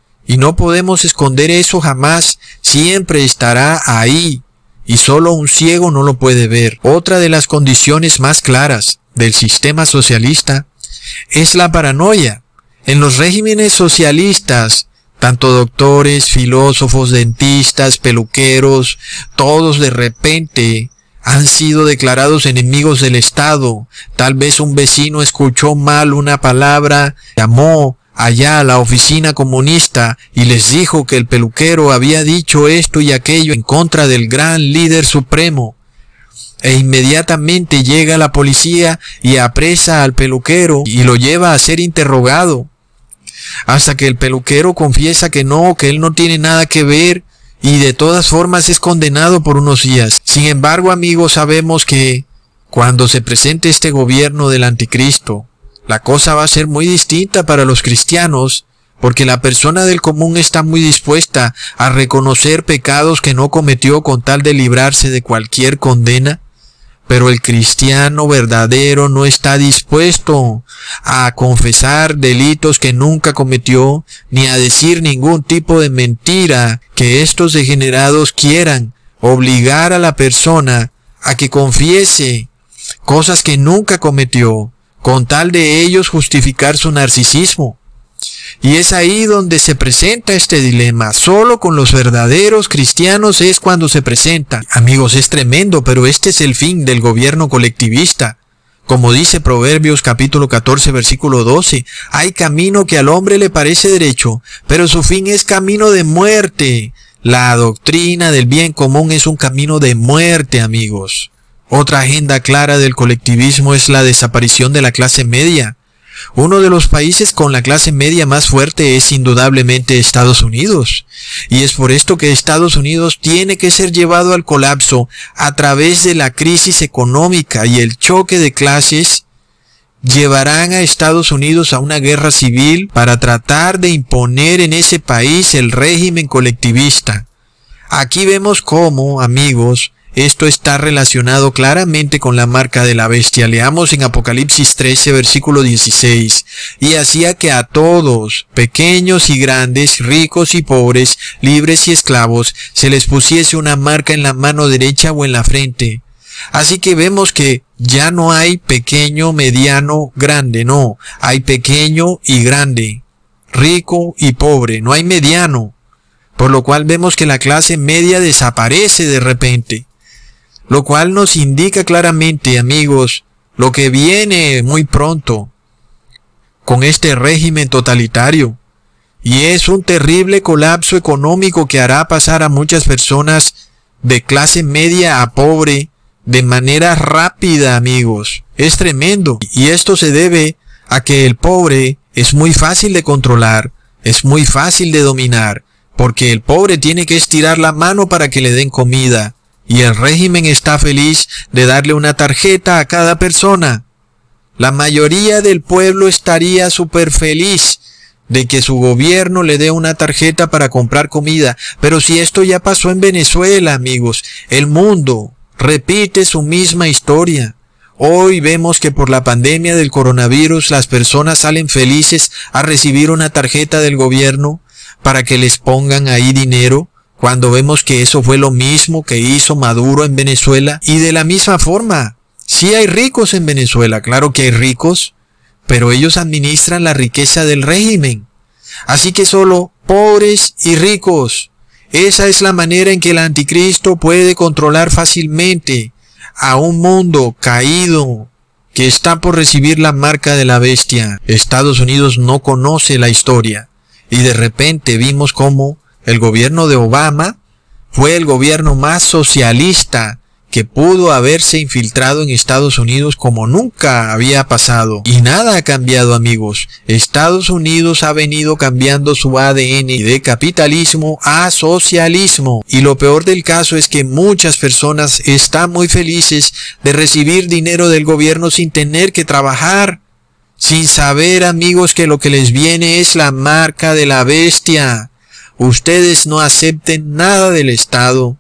Y no podemos esconder eso jamás, siempre estará ahí, y solo un ciego no lo puede ver. Otra de las condiciones más claras del sistema socialista es la paranoia. En los regímenes socialistas, tanto doctores, filósofos, dentistas, peluqueros, todos de repente han sido declarados enemigos del Estado. Tal vez un vecino escuchó mal una palabra, llamó allá a la oficina comunista y les dijo que el peluquero había dicho esto y aquello en contra del gran líder supremo. E inmediatamente llega la policía y apresa al peluquero y lo lleva a ser interrogado, hasta que el peluquero confiesa que él no tiene nada que ver, y de todas formas es condenado por unos días. Sin embargo, amigos, sabemos que cuando se presente este gobierno del anticristo, la cosa va a ser muy distinta para los cristianos, porque la persona del común está muy dispuesta a reconocer pecados que no cometió con tal de librarse de cualquier condena. Pero el cristiano verdadero no está dispuesto a confesar delitos que nunca cometió, ni a decir ningún tipo de mentira que estos degenerados quieran obligar a la persona a que confiese cosas que nunca cometió, con tal de ellos justificar su narcisismo. Y es ahí donde se presenta este dilema. Solo con los verdaderos cristianos es cuando se presenta. Amigos, es tremendo, pero este es el fin del gobierno colectivista. Como dice Proverbios capítulo 14 versículo 12, hay camino que al hombre le parece derecho, pero su fin es camino de muerte. La doctrina del bien común es un camino de muerte, amigos. Otra agenda clara del colectivismo es la desaparición de la clase media. Uno de los países con la clase media más fuerte es indudablemente Estados Unidos. Y es por esto que Estados Unidos tiene que ser llevado al colapso a través de la crisis económica, y el choque de clases llevarán a Estados Unidos a una guerra civil para tratar de imponer en ese país el régimen colectivista. Aquí vemos cómo, amigos, esto está relacionado claramente con la marca de la bestia. Leamos en Apocalipsis 13, versículo 16. Y hacía que a todos, pequeños y grandes, ricos y pobres, libres y esclavos, se les pusiese una marca en la mano derecha o en la frente. Así que vemos que ya no hay pequeño, mediano, grande, no. Hay pequeño y grande, rico y pobre, no hay mediano. Por lo cual vemos que la clase media desaparece de repente. Lo cual nos indica claramente, amigos, lo que viene muy pronto con este régimen totalitario. Y es un terrible colapso económico que hará pasar a muchas personas de clase media a pobre de manera rápida, amigos. Es tremendo. Y esto se debe a que el pobre es muy fácil de controlar, es muy fácil de dominar, porque el pobre tiene que estirar la mano para que le den comida. Y el régimen está feliz de darle una tarjeta a cada persona. La mayoría del pueblo estaría súper feliz de que su gobierno le dé una tarjeta para comprar comida. Pero si esto ya pasó en Venezuela, amigos, el mundo repite su misma historia. Hoy vemos que por la pandemia del coronavirus las personas salen felices a recibir una tarjeta del gobierno para que les pongan ahí dinero, cuando vemos que eso fue lo mismo que hizo Maduro en Venezuela. Y de la misma forma, sí hay ricos en Venezuela, claro que hay ricos, pero ellos administran la riqueza del régimen. Así que solo pobres y ricos. Esa es la manera en que el anticristo puede controlar fácilmente a un mundo caído que está por recibir la marca de la bestia. Estados Unidos no conoce la historia, y de repente vimos cómo el gobierno de Obama fue el gobierno más socialista que pudo haberse infiltrado en Estados Unidos como nunca había pasado. Y nada ha cambiado, amigos. Estados Unidos ha venido cambiando su ADN de capitalismo a socialismo. Y lo peor del caso es que muchas personas están muy felices de recibir dinero del gobierno sin tener que trabajar, sin saber, amigos, que lo que les viene es la marca de la bestia. Ustedes no acepten nada del Estado.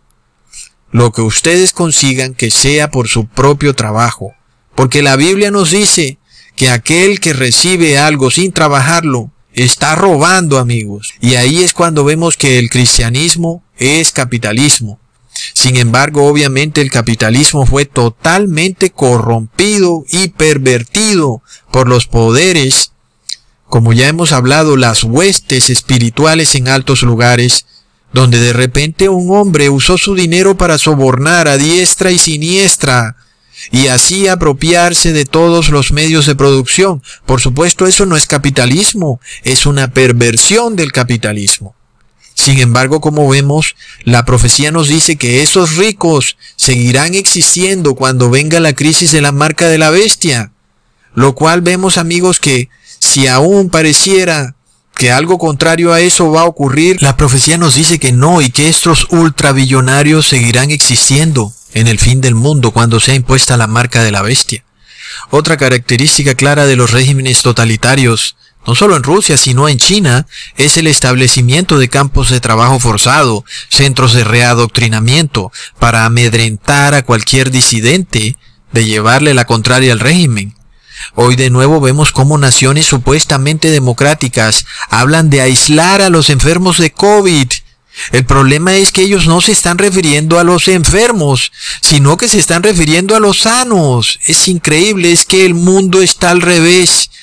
Lo que ustedes consigan, que sea por su propio trabajo. Porque la Biblia nos dice que aquel que recibe algo sin trabajarlo está robando, amigos. Y ahí es cuando vemos que el cristianismo es capitalismo. Sin embargo, obviamente el capitalismo fue totalmente corrompido y pervertido por los poderes, como ya hemos hablado, las huestes espirituales en altos lugares, donde de repente un hombre usó su dinero para sobornar a diestra y siniestra y así apropiarse de todos los medios de producción. Por supuesto, eso no es capitalismo, es una perversión del capitalismo. Sin embargo, como vemos, la profecía nos dice que esos ricos seguirán existiendo cuando venga la crisis de la marca de la bestia, lo cual vemos, amigos, que si aún pareciera que algo contrario a eso va a ocurrir, la profecía nos dice que no, y que estos ultrabillonarios seguirán existiendo en el fin del mundo cuando sea impuesta la marca de la bestia. Otra característica clara de los regímenes totalitarios, no solo en Rusia sino en China, es el establecimiento de campos de trabajo forzado, centros de readoctrinamiento, para amedrentar a cualquier disidente de llevarle la contraria al régimen. Hoy de nuevo vemos cómo naciones supuestamente democráticas hablan de aislar a los enfermos de COVID. El problema es que ellos no se están refiriendo a los enfermos, sino que se están refiriendo a los sanos. Es increíble, es que el mundo está al revés.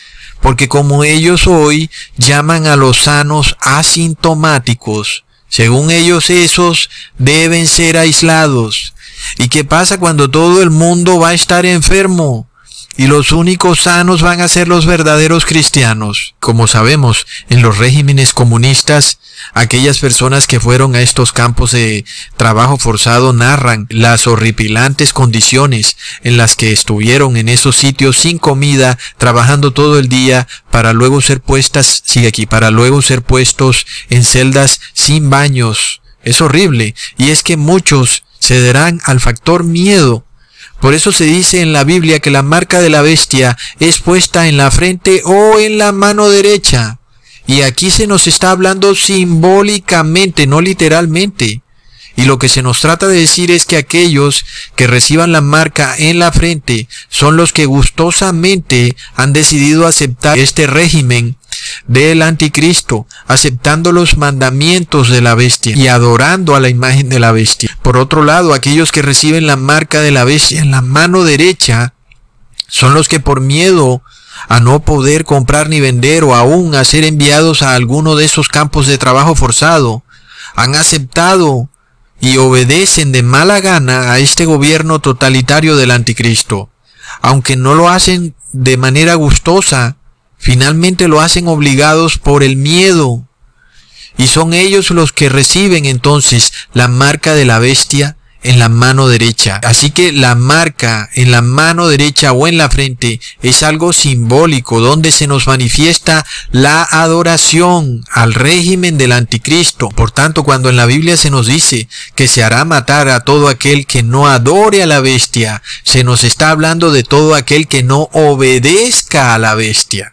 porque como ellos hoy llaman a los sanos asintomáticos, según ellos esos deben ser aislados. ¿Y qué pasa cuando todo el mundo va a estar enfermo? Y los únicos sanos van a ser los verdaderos cristianos. Como sabemos, en los regímenes comunistas, aquellas personas que fueron a estos campos de trabajo forzado narran las horripilantes condiciones en las que estuvieron en esos sitios sin comida, trabajando todo el día para luego ser puestos en celdas sin baños. Es horrible. Y es que muchos cederán al factor miedo. Por eso se dice en la Biblia que la marca de la bestia es puesta en la frente o en la mano derecha. Y aquí se nos está hablando simbólicamente, no literalmente. Y lo que se nos trata de decir es que aquellos que reciban la marca en la frente son los que gustosamente han decidido aceptar este régimen del anticristo, aceptando los mandamientos de la bestia y adorando a la imagen de la bestia. Por otro lado, aquellos que reciben la marca de la bestia en la mano derecha son los que por miedo a no poder comprar ni vender o aún a ser enviados a alguno de esos campos de trabajo forzado, han aceptado y obedecen de mala gana a este gobierno totalitario del anticristo. Aunque no lo hacen de manera gustosa, finalmente lo hacen obligados por el miedo. Y son ellos los que reciben entonces la marca de la bestia en la mano derecha. Así que la marca en la mano derecha o en la frente es algo simbólico donde se nos manifiesta la adoración al régimen del anticristo. Por tanto, cuando en la Biblia se nos dice que se hará matar a todo aquel que no adore a la bestia, se nos está hablando de todo aquel que no obedezca a la bestia.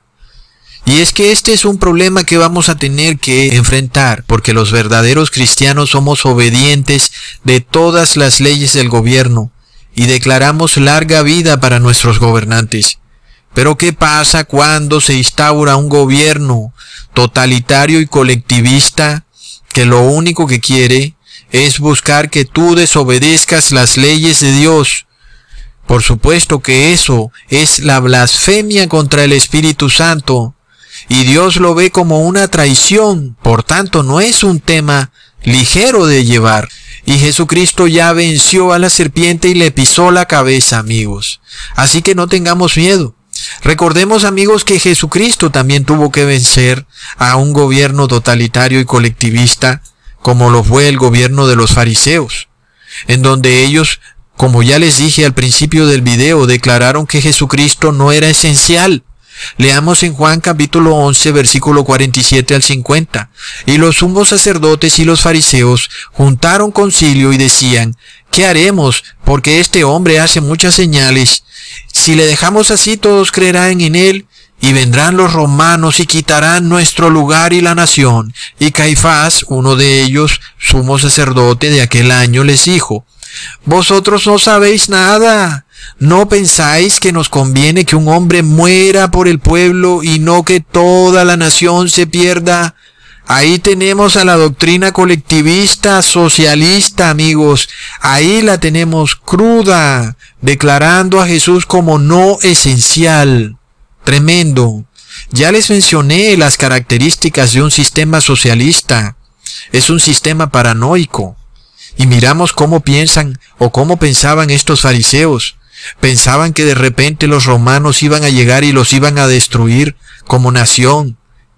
Y es que este es un problema que vamos a tener que enfrentar, porque los verdaderos cristianos somos obedientes de todas las leyes del gobierno y declaramos larga vida para nuestros gobernantes. Pero ¿qué pasa cuando se instaura un gobierno totalitario y colectivista que lo único que quiere es buscar que tú desobedezcas las leyes de Dios? Por supuesto que eso es la blasfemia contra el Espíritu Santo. Y Dios lo ve como una traición, por tanto no es un tema ligero de llevar. Y Jesucristo ya venció a la serpiente y le pisó la cabeza, amigos. Así que no tengamos miedo. Recordemos, amigos, que Jesucristo también tuvo que vencer a un gobierno totalitario y colectivista, como lo fue el gobierno de los fariseos, en donde ellos, como ya les dije al principio del video, declararon que Jesucristo no era esencial. Leamos en Juan capítulo 11, versículo 47 al 50. Y los sumos sacerdotes y los fariseos juntaron concilio y decían: ¿qué haremos? Porque este hombre hace muchas señales. Si le dejamos así, todos creerán en él. Y vendrán los romanos y quitarán nuestro lugar y la nación. Y Caifás, uno de ellos, sumo sacerdote de aquel año, les dijo: vosotros no sabéis nada. ¿No pensáis que nos conviene que un hombre muera por el pueblo y no que toda la nación se pierda? Ahí tenemos a la doctrina colectivista, socialista, amigos. Ahí la tenemos cruda, declarando a Jesús como no esencial. Tremendo. Ya les mencioné las características de un sistema socialista. Es un sistema paranoico. Y miramos cómo piensan o cómo pensaban estos fariseos. Pensaban que de repente los romanos iban a llegar y los iban a destruir como nación.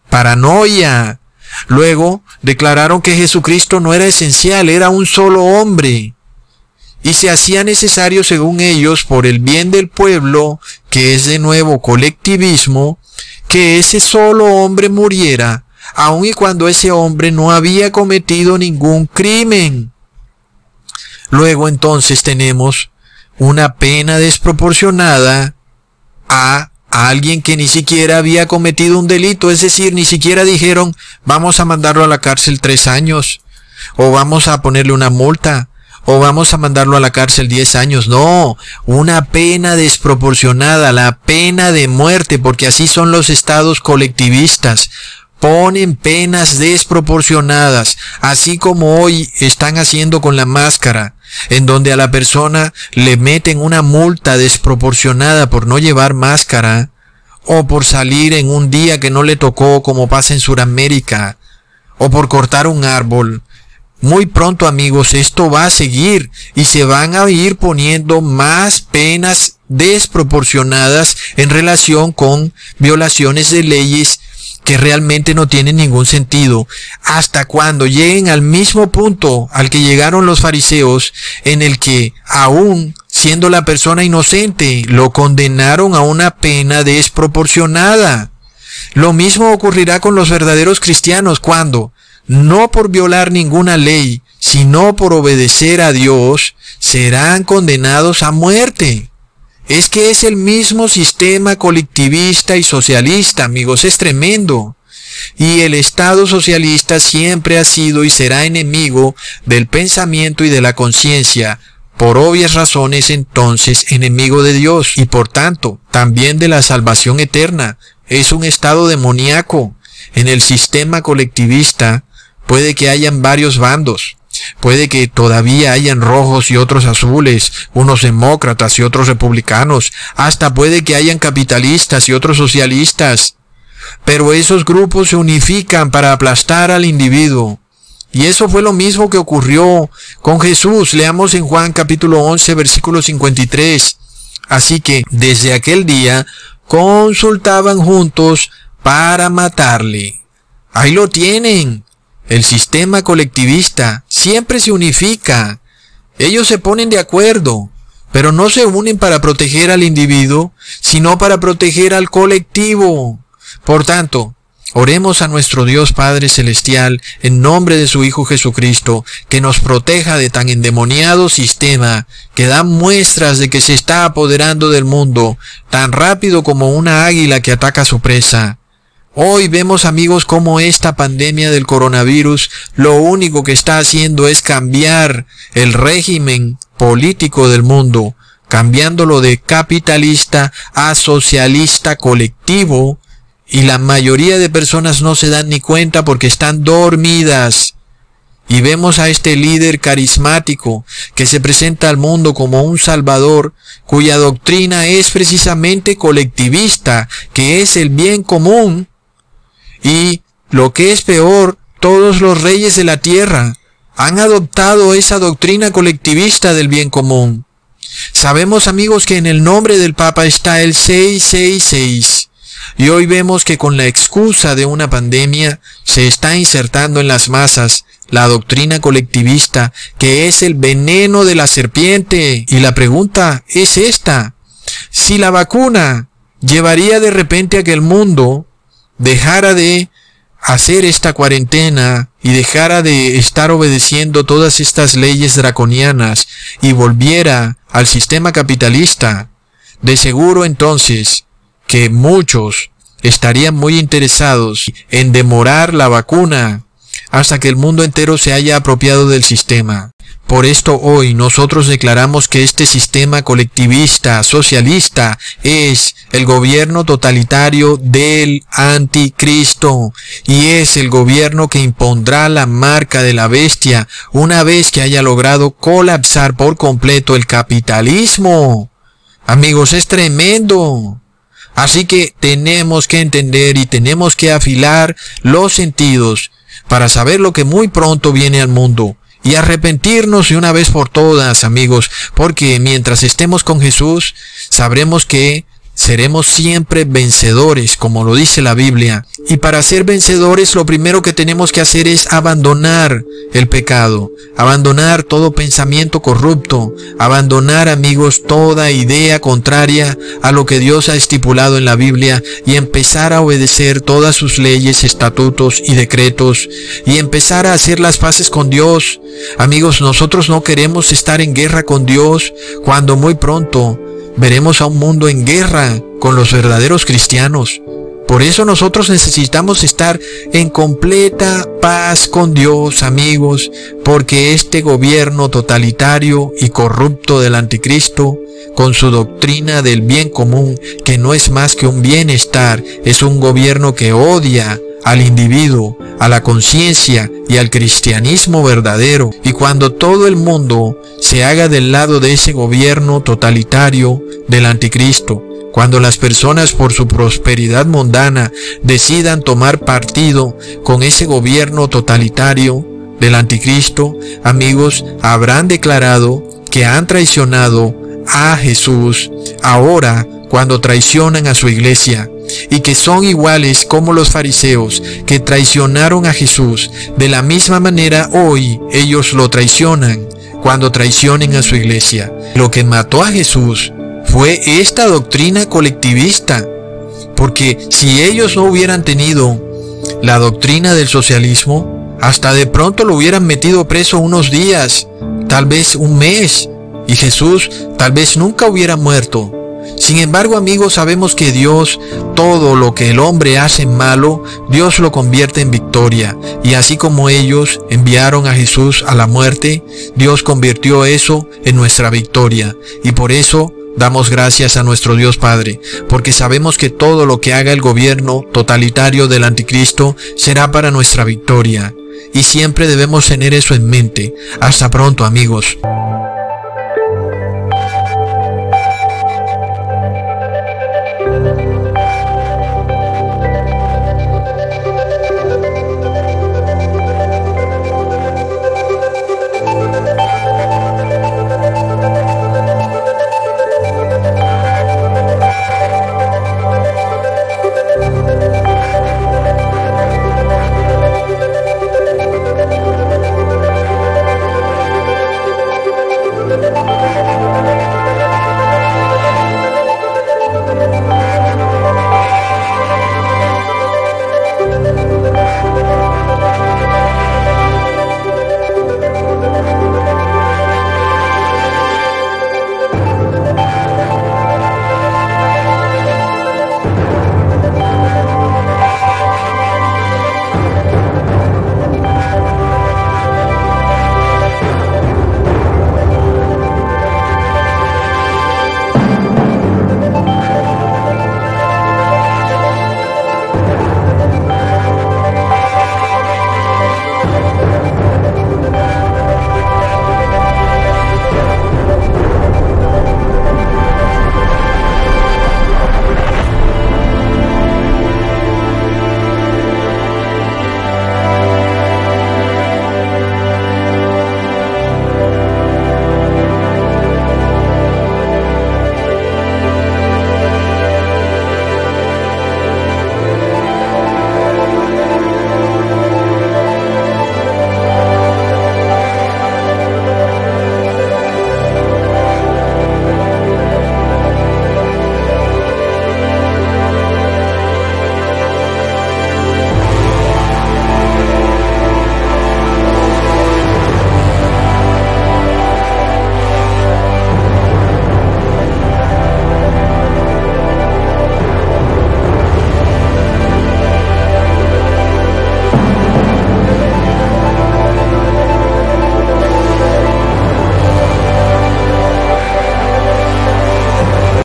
Paranoia. Luego declararon que Jesucristo no era esencial, era un solo hombre. Y se hacía necesario, según ellos, por el bien del pueblo, que es de nuevo colectivismo, que ese solo hombre muriera, aun y cuando ese hombre no había cometido ningún crimen. Luego entonces tenemos una pena desproporcionada a alguien que ni siquiera había cometido un delito, es decir, ni siquiera dijeron: vamos a mandarlo a la cárcel 3 años, o vamos a ponerle una multa, o vamos a mandarlo a la cárcel 10 años. No, una pena desproporcionada, la pena de muerte, porque así son los estados colectivistas. Ponen penas desproporcionadas, así como hoy están haciendo con la máscara, en donde a la persona le meten una multa desproporcionada por no llevar máscara, o por salir en un día que no le tocó, como pasa en Sudamérica, o por cortar un árbol. Muy pronto, amigos, esto va a seguir y se van a ir poniendo más penas desproporcionadas en relación con violaciones de leyes que realmente no tienen ningún sentido, hasta cuando lleguen al mismo punto al que llegaron los fariseos, en el que aún siendo la persona inocente, lo condenaron a una pena desproporcionada. Lo mismo ocurrirá con los verdaderos cristianos cuando, no por violar ninguna ley, sino por obedecer a Dios, serán condenados a muerte. Es que es el mismo sistema colectivista y socialista, amigos, es tremendo. Y el Estado socialista siempre ha sido y será enemigo del pensamiento y de la conciencia, por obvias razones entonces enemigo de Dios y por tanto también de la salvación eterna. Es un estado demoníaco. En el sistema colectivista puede que hayan varios bandos. Puede que todavía hayan rojos y otros azules, unos demócratas y otros republicanos, hasta puede que hayan capitalistas y otros socialistas. Pero esos grupos se unifican para aplastar al individuo. Y eso fue lo mismo que ocurrió con Jesús. Leamos en Juan capítulo 11, versículo 53. Así que desde aquel día consultaban juntos para matarle. Ahí lo tienen. El sistema colectivista siempre se unifica. Ellos se ponen de acuerdo, pero no se unen para proteger al individuo, sino para proteger al colectivo. Por tanto, oremos a nuestro Dios Padre Celestial en nombre de su Hijo Jesucristo, que nos proteja de tan endemoniado sistema que da muestras de que se está apoderando del mundo tan rápido como una águila que ataca a su presa. Hoy vemos, amigos, cómo esta pandemia del coronavirus lo único que está haciendo es cambiar el régimen político del mundo, cambiándolo de capitalista a socialista colectivo, y la mayoría de personas no se dan ni cuenta porque están dormidas. Y vemos a este líder carismático que se presenta al mundo como un salvador, cuya doctrina es precisamente colectivista, que es el bien común. Y lo que es peor, todos los reyes de la tierra han adoptado esa doctrina colectivista del bien común. Sabemos, amigos, que en el nombre del Papa está el 666. Y hoy vemos que con la excusa de una pandemia se está insertando en las masas la doctrina colectivista, que es el veneno de la serpiente. Y la pregunta es esta: si la vacuna llevaría de repente a que el mundo dejara de hacer esta cuarentena y dejara de estar obedeciendo todas estas leyes draconianas y volviera al sistema capitalista, de seguro entonces que muchos estarían muy interesados en demorar la vacuna hasta que el mundo entero se haya apropiado del sistema. Por esto hoy nosotros declaramos que este sistema colectivista, socialista, es el gobierno totalitario del anticristo y es el gobierno que impondrá la marca de la bestia una vez que haya logrado colapsar por completo el capitalismo. Amigos, es tremendo. Así que tenemos que entender y tenemos que afilar los sentidos para saber lo que muy pronto viene al mundo. Y arrepentirnos de una vez por todas, amigos, porque mientras estemos con Jesús, sabremos que seremos siempre vencedores, como lo dice la Biblia. Y para ser vencedores, lo primero que tenemos que hacer es abandonar el pecado, abandonar todo pensamiento corrupto, abandonar, amigos, toda idea contraria a lo que Dios ha estipulado en la Biblia y empezar a obedecer todas sus leyes, estatutos y decretos y empezar a hacer las paces con Dios. Amigos, nosotros no queremos estar en guerra con Dios cuando muy pronto veremos a un mundo en guerra con los verdaderos cristianos. Por eso nosotros necesitamos estar en completa paz con Dios, amigos, porque este gobierno totalitario y corrupto del anticristo, con su doctrina del bien común, que no es más que un bienestar, es un gobierno que odia al individuo, a la conciencia y al cristianismo verdadero. Y cuando todo el mundo se haga del lado de ese gobierno totalitario del anticristo, Cuando las personas por su prosperidad mundana decidan tomar partido con ese gobierno totalitario del anticristo, amigos, habrán declarado que han traicionado a Jesús ahora cuando traicionan a su iglesia, y que son iguales como los fariseos que traicionaron a Jesús. De la misma manera hoy ellos lo traicionan cuando traicionen a su iglesia. Lo que mató a Jesús fue esta doctrina colectivista, porque si ellos no hubieran tenido la doctrina del socialismo, hasta de pronto lo hubieran metido preso unos días, tal vez un mes, y Jesús tal vez nunca hubiera muerto. Sin embargo, amigos, sabemos que Dios, todo lo que el hombre hace malo, Dios lo convierte en victoria. Y así como ellos enviaron a Jesús a la muerte, Dios convirtió eso en nuestra victoria. Y por eso damos gracias a nuestro Dios Padre, porque sabemos que todo lo que haga el gobierno totalitario del anticristo será para nuestra victoria. Y siempre debemos tener eso en mente. Hasta pronto, amigos.